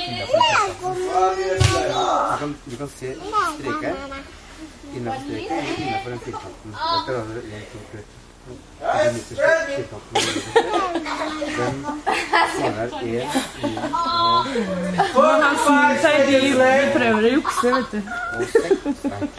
Du kan se streker innenfor streker eller innenfor den firkanten. Da skal det være 1, 2, 3. Den midterste firkanten. Den smager 1, 9 og... Han snur seg i bil og prøver å jukse, vet du. Og 6.